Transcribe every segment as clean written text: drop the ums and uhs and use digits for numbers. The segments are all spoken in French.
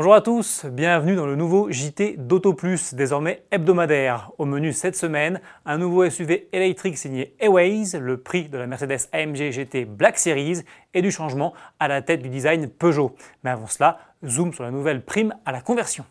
Bonjour à tous, bienvenue dans le nouveau JT d'Auto Plus, désormais hebdomadaire. Au menu cette semaine, un nouveau SUV électrique signé Aways, le prix de la Mercedes AMG GT Black Series et du changement à la tête du design Peugeot. Mais avant cela, zoom sur la nouvelle prime à la conversion.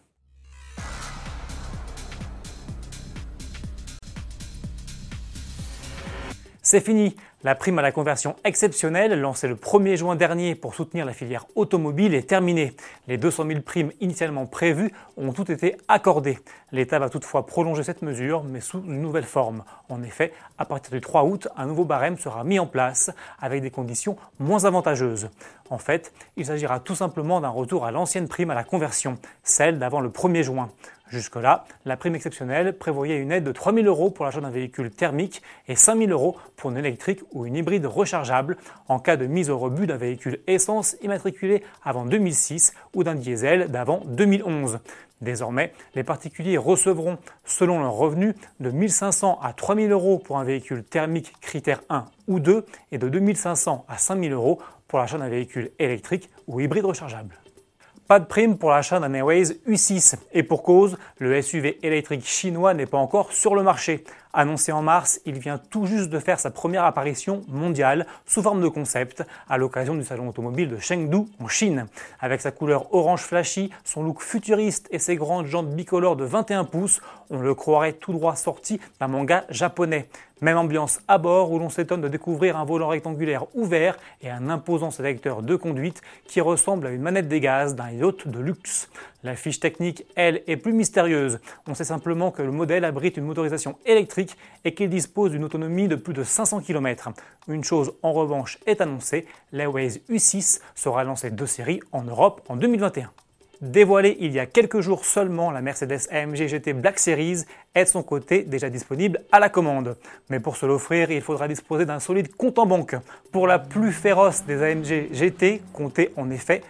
C'est fini, la prime à la conversion exceptionnelle, lancée le 1er juin dernier pour soutenir la filière automobile, est terminée. Les 200 000 primes initialement prévues ont toutes été accordées. L'État va toutefois prolonger cette mesure, mais sous une nouvelle forme. En effet, à partir du 3 août, un nouveau barème sera mis en place avec des conditions moins avantageuses. En fait, il s'agira tout simplement d'un retour à l'ancienne prime à la conversion, celle d'avant le 1er juin. Jusque-là, la prime exceptionnelle prévoyait une aide de 3 000 € pour l'achat d'un véhicule thermique et 5 000 € pour une électrique ou une hybride rechargeable en cas de mise au rebut d'un véhicule essence immatriculé avant 2006 ou d'un diesel d'avant 2011. Désormais, les particuliers recevront, selon leurs revenus, de 1 500 à 3 000 € pour un véhicule thermique critère 1 ou 2 et de 2 500 à 5 000 € pour l'achat d'un véhicule électrique ou hybride rechargeable. Pas de prime pour l'achat d'un Aways U6 et pour cause, le SUV électrique chinois n'est pas encore sur le marché. Annoncé en mars, il vient tout juste de faire sa première apparition mondiale sous forme de concept à l'occasion du salon automobile de Chengdu en Chine. Avec sa couleur orange flashy, son look futuriste et ses grandes jantes bicolores de 21 pouces, on le croirait tout droit sorti d'un manga japonais. Même ambiance à bord où l'on s'étonne de découvrir un volant rectangulaire ouvert et un imposant sélecteur de conduite qui ressemble à une manette des gaz d'un yacht de luxe. La fiche technique, elle, est plus mystérieuse. On sait simplement que le modèle abrite une motorisation électrique et qu'il dispose d'une autonomie de plus de 500 km. Une chose en revanche est annoncée, l'Aways U6 sera lancé de série en Europe en 2021. Dévoilée il y a quelques jours seulement, la Mercedes AMG GT Black Series est de son côté déjà disponible à la commande. Mais pour se l'offrir, il faudra disposer d'un solide compte en banque. Pour la plus féroce des AMG GT, comptez en effet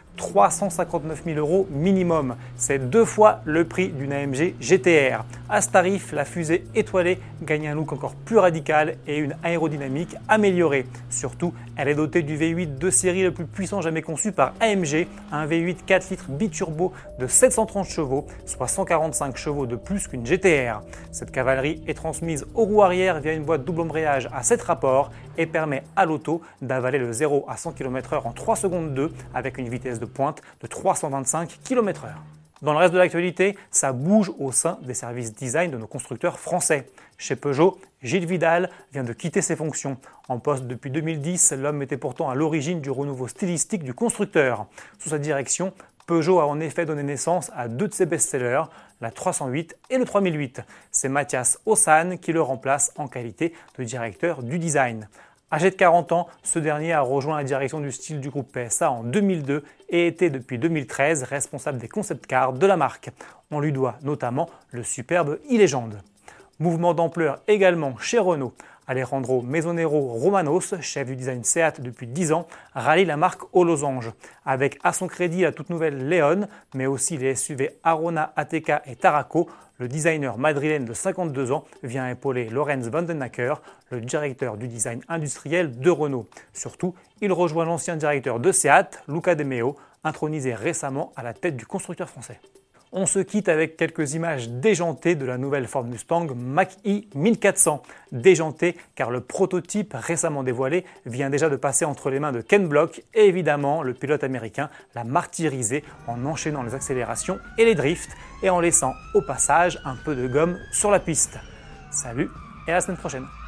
359 000 € minimum. C'est 2 fois le prix d'une AMG GTR. À ce tarif, la fusée étoilée gagne un look encore plus radical et une aérodynamique améliorée. Surtout, elle est dotée du V8 de série le plus puissant jamais conçu par AMG, un V8 4 litres biturbo de 730 chevaux, soit 145 chevaux de plus qu'une GTR. Cette cavalerie est transmise aux roues arrière via une boîte double embrayage à 7 rapports et permet à l'auto d'avaler le 0 à 100 km/h en 3 secondes 2 avec une vitesse de pointe de 325 km/h. Dans le reste de l'actualité, ça bouge au sein des services design de nos constructeurs français. Chez Peugeot, Gilles Vidal vient de quitter ses fonctions. En poste depuis 2010, l'homme était pourtant à l'origine du renouveau stylistique du constructeur. Sous sa direction, Peugeot a en effet donné naissance à 2 de ses best-sellers, la 308 et le 3008. C'est Mathias Hossan qui le remplace en qualité de directeur du design. Âgé de 40 ans, ce dernier a rejoint la direction du style du groupe PSA en 2002 et était depuis 2013 responsable des concept cars de la marque. On lui doit notamment le superbe e-Legend. Mouvement d'ampleur également chez Renault. Alejandro Mesonero Romanos, chef du design Seat depuis 10 ans, rallie la marque aux losanges. Avec à son crédit la toute nouvelle Leon, mais aussi les SUV Arona, ATK et Tarraco, le designer madrilène de 52 ans vient épauler Lorenz Vandenacker, le directeur du design industriel de Renault. Surtout, il rejoint l'ancien directeur de Seat, Luca De Meo, intronisé récemment à la tête du constructeur français. On se quitte avec quelques images déjantées de la nouvelle Ford Mustang Mach-E 1400. Déjantée car le prototype récemment dévoilé vient déjà de passer entre les mains de Ken Block et évidemment le pilote américain l'a martyrisé en enchaînant les accélérations et les drifts et en laissant au passage un peu de gomme sur la piste. Salut et à la semaine prochaine.